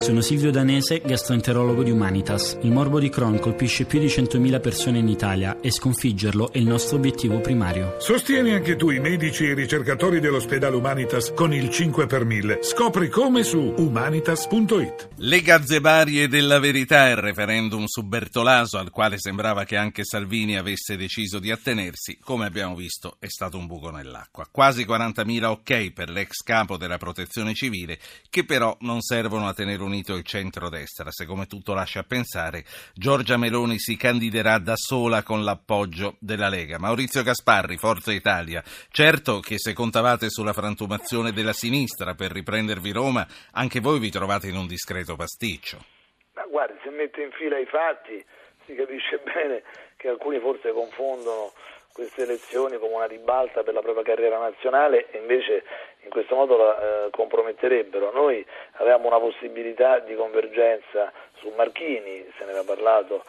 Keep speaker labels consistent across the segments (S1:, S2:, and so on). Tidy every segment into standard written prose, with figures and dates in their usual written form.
S1: Sono Silvio Danese, gastroenterologo di Humanitas. Il morbo di Crohn colpisce più di 100.000 persone in Italia e sconfiggerlo è il nostro obiettivo primario.
S2: Sostieni anche tu i medici e i ricercatori dell'ospedale Humanitas con il 5 per 1000. Scopri come su humanitas.it.
S3: Le gazzebarie della verità, il referendum su Bertolaso, al quale sembrava che anche Salvini avesse deciso di attenersi, come abbiamo visto è stato un buco nell'acqua. Quasi 40.000 ok per l'ex capo della protezione civile, che però non servono a tenere unito il centrodestra. Se come tutto lascia pensare, Giorgia Meloni si candiderà da sola con l'appoggio della Lega. Maurizio Gasparri, Forza Italia. Certo che se contavate sulla frantumazione della sinistra per riprendervi Roma, anche voi vi trovate in un discreto pasticcio.
S4: Ma guardi, se mette in fila i fatti si capisce bene che alcuni forse confondono queste elezioni come una ribalta per la propria carriera nazionale e invece in questo modo la comprometterebbero. Noi avevamo una possibilità di convergenza su Marchini, se ne era parlato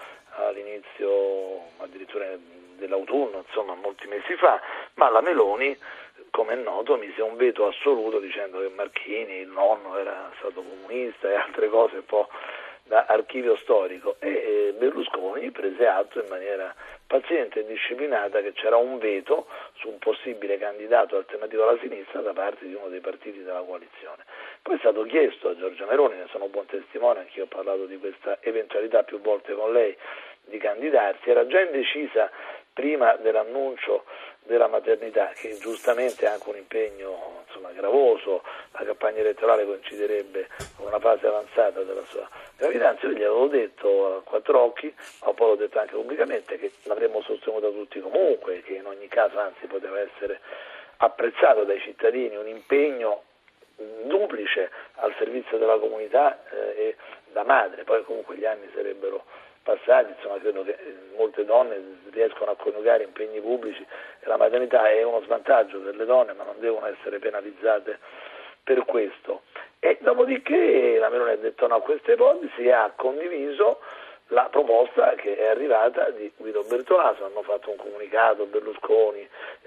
S4: all'inizio addirittura dell'autunno, insomma molti mesi fa, ma la Meloni, come è noto, mise un veto assoluto dicendo che Marchini, il nonno, era stato comunista e altre cose un po' da archivio storico, e Berlusconi prese atto in maniera paziente e disciplinata che c'era un veto su un possibile candidato alternativo alla sinistra da parte di uno dei partiti della coalizione. Poi è stato chiesto a Giorgia Meloni, ne sono buon testimone, anch'io ho parlato di questa eventualità più volte con lei, di candidarsi. Era già indecisa prima dell'annuncio della maternità, che giustamente è anche un impegno gravoso, la campagna elettorale coinciderebbe con una fase avanzata della sua gravidanza. Io gli avevo detto a quattro occhi, ma poi l'ho detto anche pubblicamente, che l'avremmo sostenuta tutti comunque, che in ogni caso anzi poteva essere apprezzato dai cittadini, un impegno duplice al servizio della comunità e da madre. Poi comunque gli anni sarebbero passati, credo che molte donne riescono a coniugare impegni pubblici e la maternità è uno svantaggio per le donne, ma non devono essere penalizzate per questo. E dopodiché la Meloni ha detto no a queste ipotesi e ha condiviso la proposta che è arrivata di Guido Bertolaso. Hanno fatto un comunicato Berlusconi,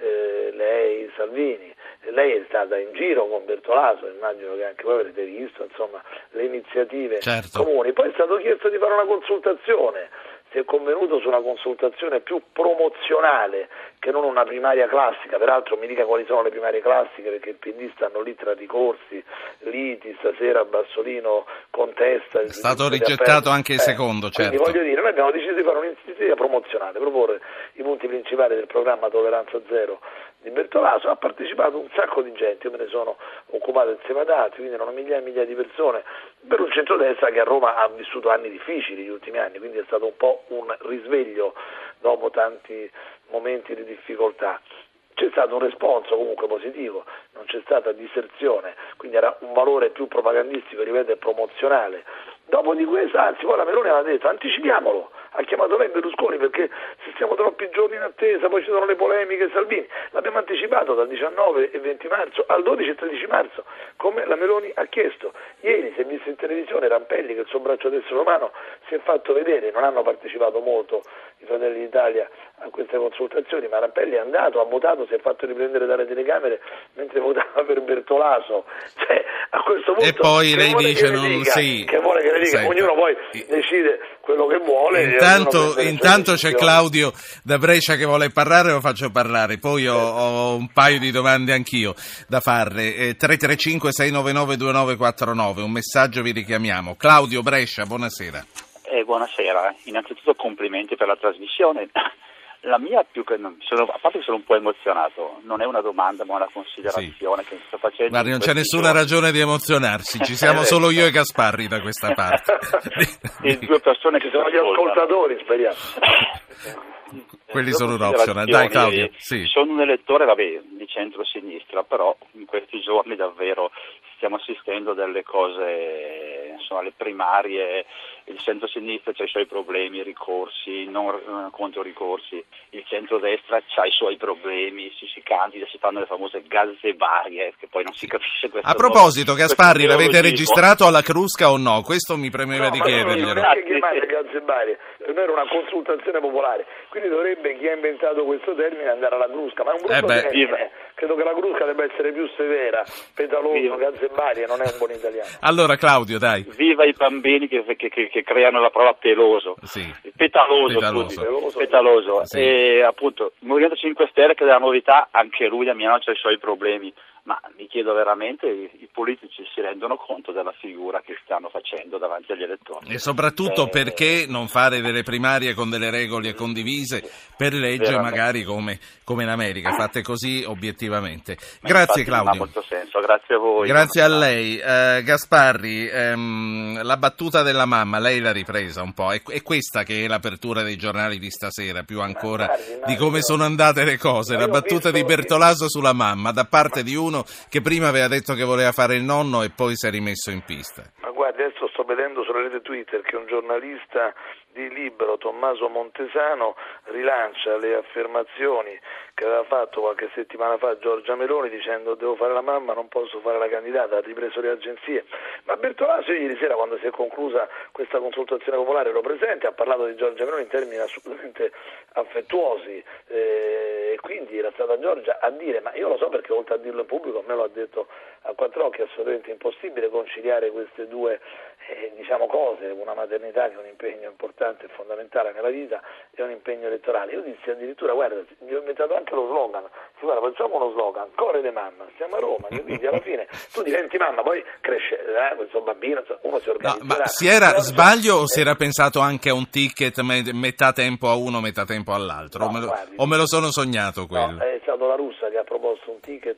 S4: lei, Salvini. Lei è stata in giro con Bertolaso, immagino che anche voi avrete visto, le iniziative comuni. Poi è stato chiesto di fare una consultazione, si è convenuto su una consultazione più promozionale che non una primaria classica. Peraltro mi dica quali sono le primarie classiche, perché il PD stanno lì tra ricorsi, liti, stasera Bassolino contesta.
S3: È stato rigettato anche il secondo, certo.
S4: Quindi voglio dire, noi abbiamo deciso di fare un'iniziativa promozionale, proporre i punti principali del programma Tolleranza Zero di Bertolaso. Ha partecipato un sacco di gente, io me ne sono occupato insieme ad altri, quindi erano migliaia e migliaia di persone, per un centrodestra che a Roma ha vissuto anni difficili gli ultimi anni, quindi è stato un po' un risveglio dopo tanti momenti di difficoltà. C'è stato un responso comunque positivo, non c'è stata diserzione, quindi era un valore più propagandistico, ripeto, e promozionale. Dopo di questo, anzi, poi la Meloni aveva detto anticipiamolo, ha chiamato lei Berlusconi perché se stiamo troppi giorni in attesa, poi ci sono le polemiche, Salvini, l'abbiamo anticipato dal 19 e 20 marzo al 12 e 13 marzo, come la Meloni ha chiesto. Ieri si è visto in televisione Rampelli che il suo braccio destro romano si è fatto vedere, non hanno partecipato molto i Fratelli d'Italia a queste consultazioni, ma Rampelli è andato, ha votato, si è fatto riprendere dalle telecamere mentre votava per Bertolaso. A questo punto,
S3: e poi lei dice
S4: che vuole che le dica, ognuno poi decide quello che vuole.
S3: Intanto c'è Claudio da Brescia che vuole parlare, lo faccio parlare, poi ho un paio di domande anch'io da farle. 335 699 2949, un messaggio, vi richiamiamo. Claudio, Brescia, buonasera.
S5: Buonasera, innanzitutto complimenti per la trasmissione. La mia, a parte che sono un po' emozionato, non è una domanda ma una considerazione che sto facendo.
S3: Guardi, non c'è nessuna ragione di emozionarsi, ci siamo solo io e Gasparri da questa parte.
S5: E due persone che
S4: sono gli ascoltatori, speriamo.
S3: Quelli sono un optional. Dai Claudio. Sì.
S5: Sono un elettore di centro-sinistra, però in questi giorni davvero stiamo assistendo a delle cose, le primarie, il centro-sinistra ha i suoi problemi, ricorsi, non contro ricorsi, il centro-destra ha i suoi problemi, si candida, si fanno le famose gazzebarie, che poi non si capisce questo.
S3: A proposito, Gasparri, l'avete registrato alla Crusca o no? Questo mi premeva di chiederglielo.
S4: Non è che chiamate gazzebarie, per noi era una consultazione popolare, quindi dovrebbe chi ha inventato questo termine andare alla Crusca, ma è un brutto termine. credo che la Crusca debba essere più severa, Petaloso, Gazzebarie non è un buon italiano.
S3: Allora Claudio, dai.
S5: Viva i bambini che creano la parola peloso.
S3: Sì.
S5: Petaloso.
S3: Sì.
S5: E appunto il Movimento 5 Stelle, che della novità, anche lui Damiano c'ha i suoi problemi, ma mi chiedo veramente, i politici si rendono conto della figura che stanno facendo davanti agli elettori?
S3: E soprattutto perché non fare delle primarie con delle regole condivise per legge,
S5: veramente.
S3: magari come in America, fatte così obiettivamente. Grazie
S5: Infatti, non ha
S3: Claudio.
S5: molto senso, grazie a voi.
S3: Grazie a lei. Gasparri, la battuta della mamma, lei l'ha ripresa un po', è questa che è l'apertura dei giornali di stasera, più ancora di come sono andate le cose, la battuta di Bertolaso sulla mamma, da parte di uno che prima aveva detto che voleva fare il nonno e poi si è rimesso in pista.
S4: Ma guardi, adesso sto vedendo sulla rete Twitter che un giornalista di Libero, Tommaso Montesano, rilancia le affermazioni che aveva fatto qualche settimana fa Giorgia Meloni dicendo devo fare la mamma, non posso fare la candidata, ha ripreso le agenzie. Ma Bertolaso ieri sera, quando si è conclusa questa consultazione popolare, ero presente, ha parlato di Giorgia Meloni in termini assolutamente affettuosi, e quindi era stata Giorgia a dire, ma io lo so perché oltre a dirlo in pubblico, a me lo ha detto a quattro occhi, è assolutamente impossibile conciliare queste due cose, una maternità che è un impegno importante e fondamentale nella vita e un impegno elettorale. Io dissi addirittura, guarda, gli ho inventato anche lo slogan, guarda, facciamo uno slogan, Core de mamma, siamo a Roma, quindi alla fine tu diventi mamma, poi cresce questo bambino, uno si organizzerà.
S3: Ma si era sbaglio o si era pensato anche a un ticket metà tempo a uno, metà tempo all'altro?
S4: No,
S3: o me lo sono sognato quello?
S4: No, è stato la Russa che ha proposto un ticket,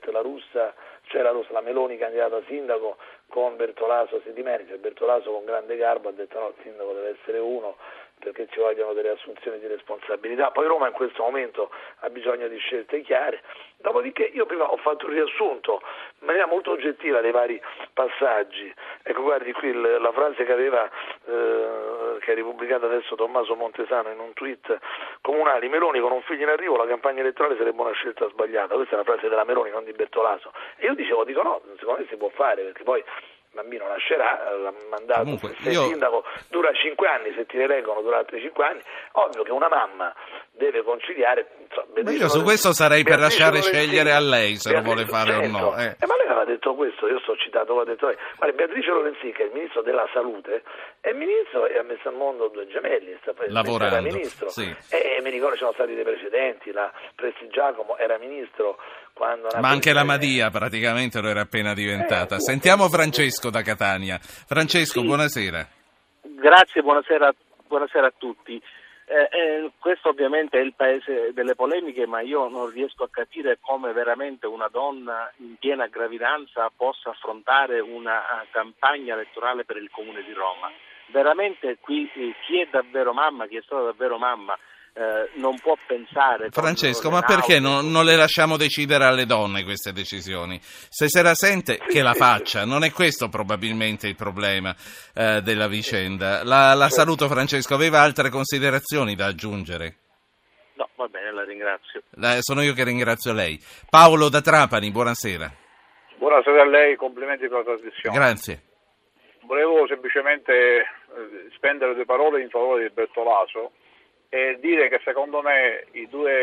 S4: la Meloni candidata a sindaco con Bertolaso si dimerge, Bertolaso con grande garbo ha detto no, il sindaco deve essere uno perché ci vogliono delle assunzioni di responsabilità. Poi Roma in questo momento ha bisogno di scelte chiare. Dopodiché io prima ho fatto un riassunto in maniera molto oggettiva dei vari passaggi. Ecco, guardi qui la frase che aveva che ha ripubblicato adesso Tommaso Montesano in un tweet comunali: Meloni con un figlio in arrivo, la campagna elettorale sarebbe una scelta sbagliata. Questa è una frase della Meloni, non di Bertolaso. E io dico no, secondo me si può fare, perché poi il bambino nascerà, il mandato sindaco dura 5 anni, se ti eleggono dura altri 5 anni, ovvio che una mamma deve conciliare.
S3: Io su questo sarei per lasciare scegliere a lei se lo vuole fare o no.
S4: Ma lei aveva detto questo, io sto citato, ho detto guarda, Beatrice Lorenzin, che è il ministro della salute, è ministro e ha messo al mondo 2 gemelli,
S3: lavorando,
S4: ministro.
S3: Sì.
S4: E mi ricordo ci sono stati dei precedenti, la Prestigiacomo era ministro quando...
S3: Ma anche la Madia praticamente lo era appena diventata. Sentiamo Francesco da Catania. Francesco, sì. Buonasera.
S6: Grazie, buonasera a tutti. Questo ovviamente è il paese delle polemiche, ma io non riesco a capire come veramente una donna in piena gravidanza possa affrontare una campagna elettorale per il Comune di Roma. Veramente qui chi è davvero mamma, chi è stata davvero mamma, non può pensare.
S3: Francesco, ma perché non le lasciamo decidere alle donne queste decisioni? Se se la sente, che la faccia. Non è questo probabilmente il problema della vicenda. La saluto, Francesco. Aveva altre considerazioni da aggiungere?
S6: No, va bene, la ringrazio.
S3: Sono io che ringrazio lei. Paolo da Trapani, buonasera.
S7: Buonasera a lei, complimenti per la trasmissione.
S3: Grazie.
S7: Volevo semplicemente spendere 2 parole in favore di Bertolaso e dire che secondo me i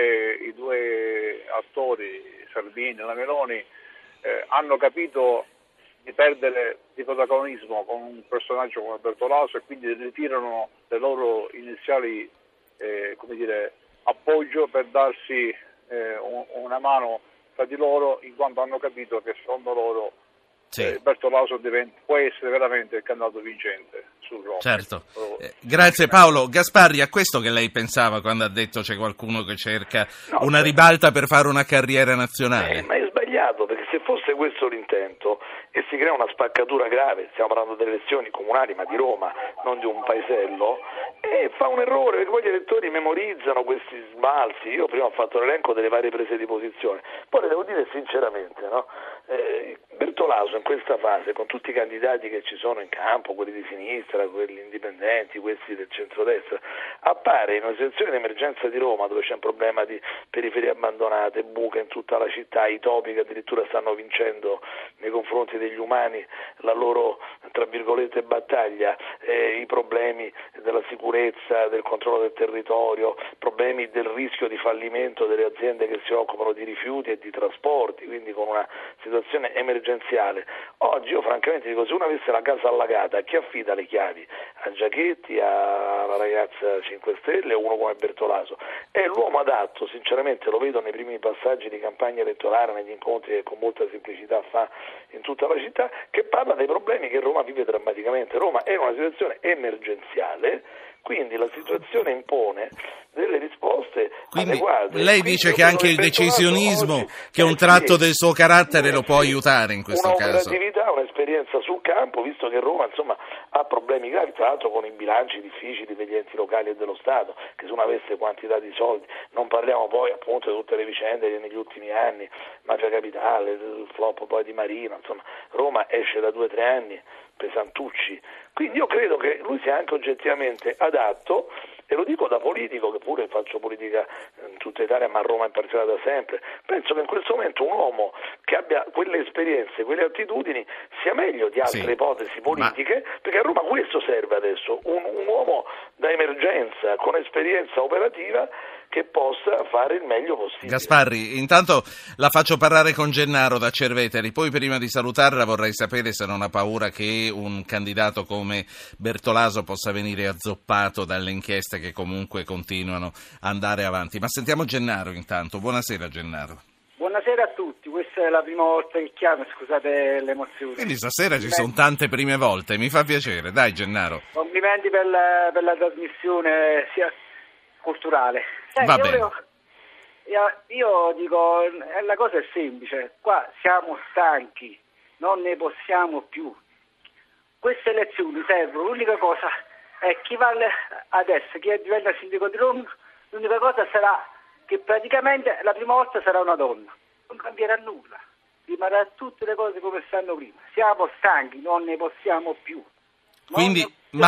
S7: due attori, Salvini e la Meloni, hanno capito di perdere di protagonismo con un personaggio come Bertolaso e quindi ritirano le loro iniziali appoggio per darsi una mano tra di loro, in quanto hanno capito che secondo loro Bertolaso può essere veramente il candidato vincente sul Roma.
S3: Certo. Grazie Paolo. Gasparri, a questo che lei pensava quando ha detto c'è qualcuno che cerca una ribalta per fare una carriera nazionale?
S4: Ma è sbagliato, perché se fosse questo l'intento e si crea una spaccatura grave, stiamo parlando delle elezioni comunali ma di Roma, non di un paesello, e fa un errore, perché poi gli elettori memorizzano questi sbalzi. Io prima ho fatto l'elenco delle varie prese di posizione, poi le devo dire sinceramente, Bertolaso in questa fase, con tutti i candidati che ci sono in campo, quelli di sinistra, quelli indipendenti, questi del centrodestra, appare in una situazione di emergenza di Roma, dove c'è un problema di periferie abbandonate, buche in tutta la città, i topi che addirittura stanno vincendo nei confronti degli umani la loro, tra virgolette, battaglia, i problemi della sicurezza, del controllo del territorio, problemi del rischio di fallimento delle aziende che si occupano di rifiuti e di trasporti, quindi con una situazione emergenziale. Oggi io francamente dico, se uno avesse la casa allagata, chi affida le chiavi? A Giachetti, alla ragazza 5 Stelle o uno come Bertolaso? È l'uomo adatto, sinceramente lo vedo nei primi passaggi di campagna elettorale, negli incontri che con molta semplicità fa in tutta la città, che parla dei problemi che Roma vive drammaticamente. Roma è in una situazione emergenziale, quindi la situazione impone delle risposte adeguate.
S3: Lei dice che anche il decisionismo, oggi, che è un tratto del suo carattere, lo può aiutare in questo caso.
S4: Un'operatività, un'esperienza sul campo, visto che Roma insomma ha problemi gravi, tra l'altro con i bilanci difficili degli enti locali e dello Stato, che se uno avesse quantità di soldi, non parliamo poi appunto di tutte le vicende negli ultimi anni, Mafia Capitale, il flop poi di Marino, insomma Roma esce da 2 o 3 anni pesantucci, quindi io credo che lui sia anche oggettivamente adatto, e lo dico da politico, che pure faccio politica in tutta Italia, ma a Roma in particolare da sempre. Penso che in questo momento un uomo che abbia quelle esperienze, quelle attitudini, sia meglio di altre ipotesi politiche, perché a Roma questo serve adesso, un uomo da emergenza, con esperienza operativa, che possa fare il meglio possibile.
S3: Gasparri, intanto la faccio parlare con Gennaro da Cerveteri, poi prima di salutarla vorrei sapere se non ha paura che un candidato come Bertolaso possa venire azzoppato dalle inchieste che comunque continuano a andare avanti. Ma sentiamo Gennaro intanto. Buonasera Gennaro.
S8: Buonasera a tutti, questa è la prima volta che chiamo, scusate l'emozione.
S3: Quindi stasera ci sono tante prime volte, mi fa piacere, dai Gennaro.
S8: Complimenti per la trasmissione sia culturale. Io dico, la cosa è semplice, qua siamo stanchi, non ne possiamo più. Queste elezioni servono, l'unica cosa è chi va adesso, chi diventa sindaco di Roma, l'unica cosa sarà che praticamente la prima volta sarà una donna, non cambierà nulla, rimarrà tutte le cose come stanno prima. Siamo stanchi, non ne possiamo più.
S3: Quindi,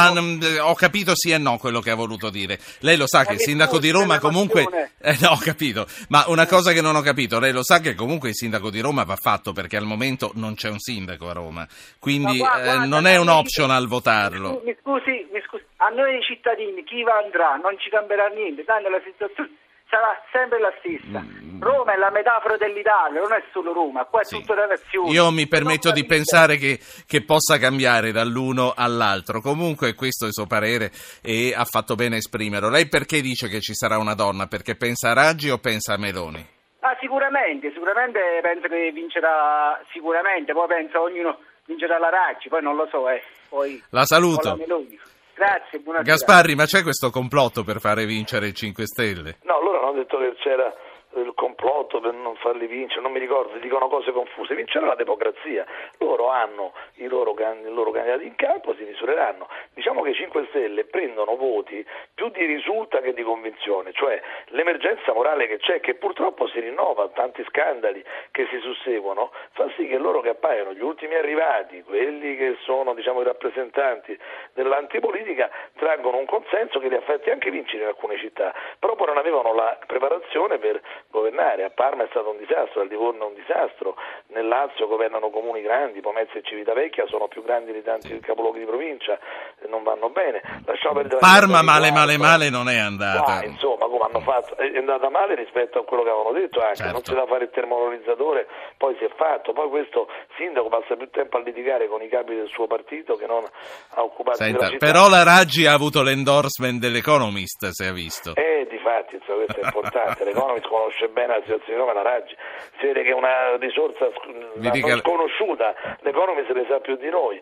S3: ho capito sì e no quello che ha voluto dire. Lei lo sa che il sindaco di Roma comunque... no, ho capito, ma una cosa che non ho capito, lei lo sa che comunque il sindaco di Roma va fatto, perché al momento non c'è un sindaco a Roma, quindi guarda, non è un optional votarlo.
S8: Mi scusi, a noi cittadini chi andrà non ci cambierà niente, tanto la situazione sarà sempre la stessa. Roma è la metafora dell'Italia, non è solo Roma, qua è tutta la nazione.
S3: Io mi permetto di pensare che possa cambiare dall'uno all'altro. Comunque questo è il suo parere e ha fatto bene a esprimerlo. Lei perché dice che ci sarà una donna? Perché pensa a Raggi o pensa a Meloni?
S8: Sicuramente penso che vincerà sicuramente, poi penso ognuno vincerà la Raggi, poi non lo so, poi
S3: la saluto.
S8: La Meloni. Grazie, buonasera.
S3: Gasparri, ma c'è questo complotto per fare vincere il 5 Stelle?
S4: No, loro hanno detto che c'era il complotto per non farli vincere, non mi ricordo, dicono cose confuse. Vincerà la democrazia, loro hanno i loro candidati in campo, si misureranno. Diciamo che i 5 Stelle prendono voti più di risulta che di convinzione, cioè l'emergenza morale che c'è, che purtroppo si rinnova, tanti scandali che si susseguono, fa sì che loro che appaiono gli ultimi arrivati, quelli che sono i rappresentanti dell'antipolitica, traggono un consenso che li ha fatti anche vincere in alcune città, però poi non avevano la preparazione per governare. A Parma è stato un disastro, a Livorno è un disastro, nel Lazio governano comuni grandi, Pomezia e Civitavecchia sono più grandi di tanti capoluoghi di provincia, non vanno bene.
S3: Parma male non è andata.
S4: Insomma, come hanno fatto? È andata male rispetto a quello che avevano detto anche,
S3: certo.
S4: Non si deve fare il termovalorizzatore, poi si è fatto, poi questo sindaco passa più tempo a litigare con i capi del suo partito che non a occuparsi della città.
S3: Però la Raggi ha avuto l'endorsement dell'Economist, se ha visto.
S4: Difatti, questo è importante, l'Economist conosce bene la situazione di Roma e la Raggi, si vede che è una risorsa sconosciuta, l'Economist ne sa più di noi.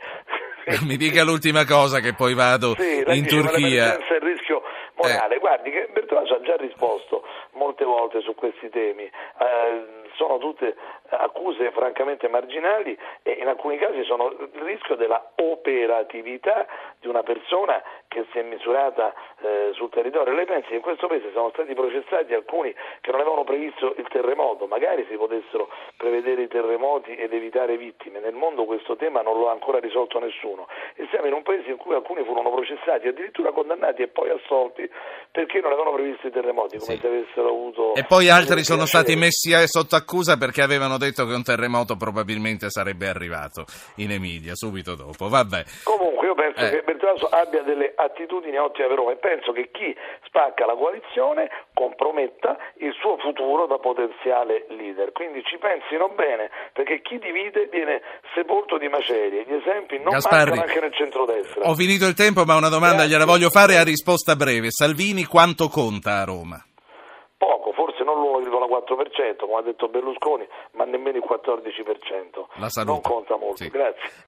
S3: Mi dica l'ultima cosa che poi vado in Turchia.
S4: Il rischio morale, guardi che Bertolaso ha già risposto molte volte su questi temi. Sono tutte accuse francamente marginali e in alcuni casi sono il rischio della operatività di una persona che si è misurata sul territorio. Lei pensi che in questo paese sono stati processati alcuni che non avevano previsto il terremoto? Magari si potessero prevedere i terremoti ed evitare vittime. Nel mondo questo tema non lo ha ancora risolto nessuno e siamo in un paese in cui alcuni furono processati, addirittura condannati e poi assolti perché non avevano previsto i terremoti, come se avessero avuto...
S3: E poi altri sono stati messi sotto accusa perché avevano detto che un terremoto probabilmente sarebbe arrivato in Emilia subito dopo. Vabbè.
S4: Comunque io penso che Bertolaso abbia delle attitudini ottime per Roma e penso che chi spacca la coalizione comprometta il suo futuro da potenziale leader, quindi ci pensino bene, perché chi divide viene sepolto di macerie. Gli esempi non mancano anche nel centrodestra.
S3: Ho finito il tempo, ma una domanda gliela voglio fare a risposta breve. Salvini quanto conta a Roma?
S4: Poco, forse non l'1,4%, come ha detto Berlusconi, ma nemmeno il 14%.
S3: La salute.
S4: Non conta molto,
S3: sì.
S4: Grazie.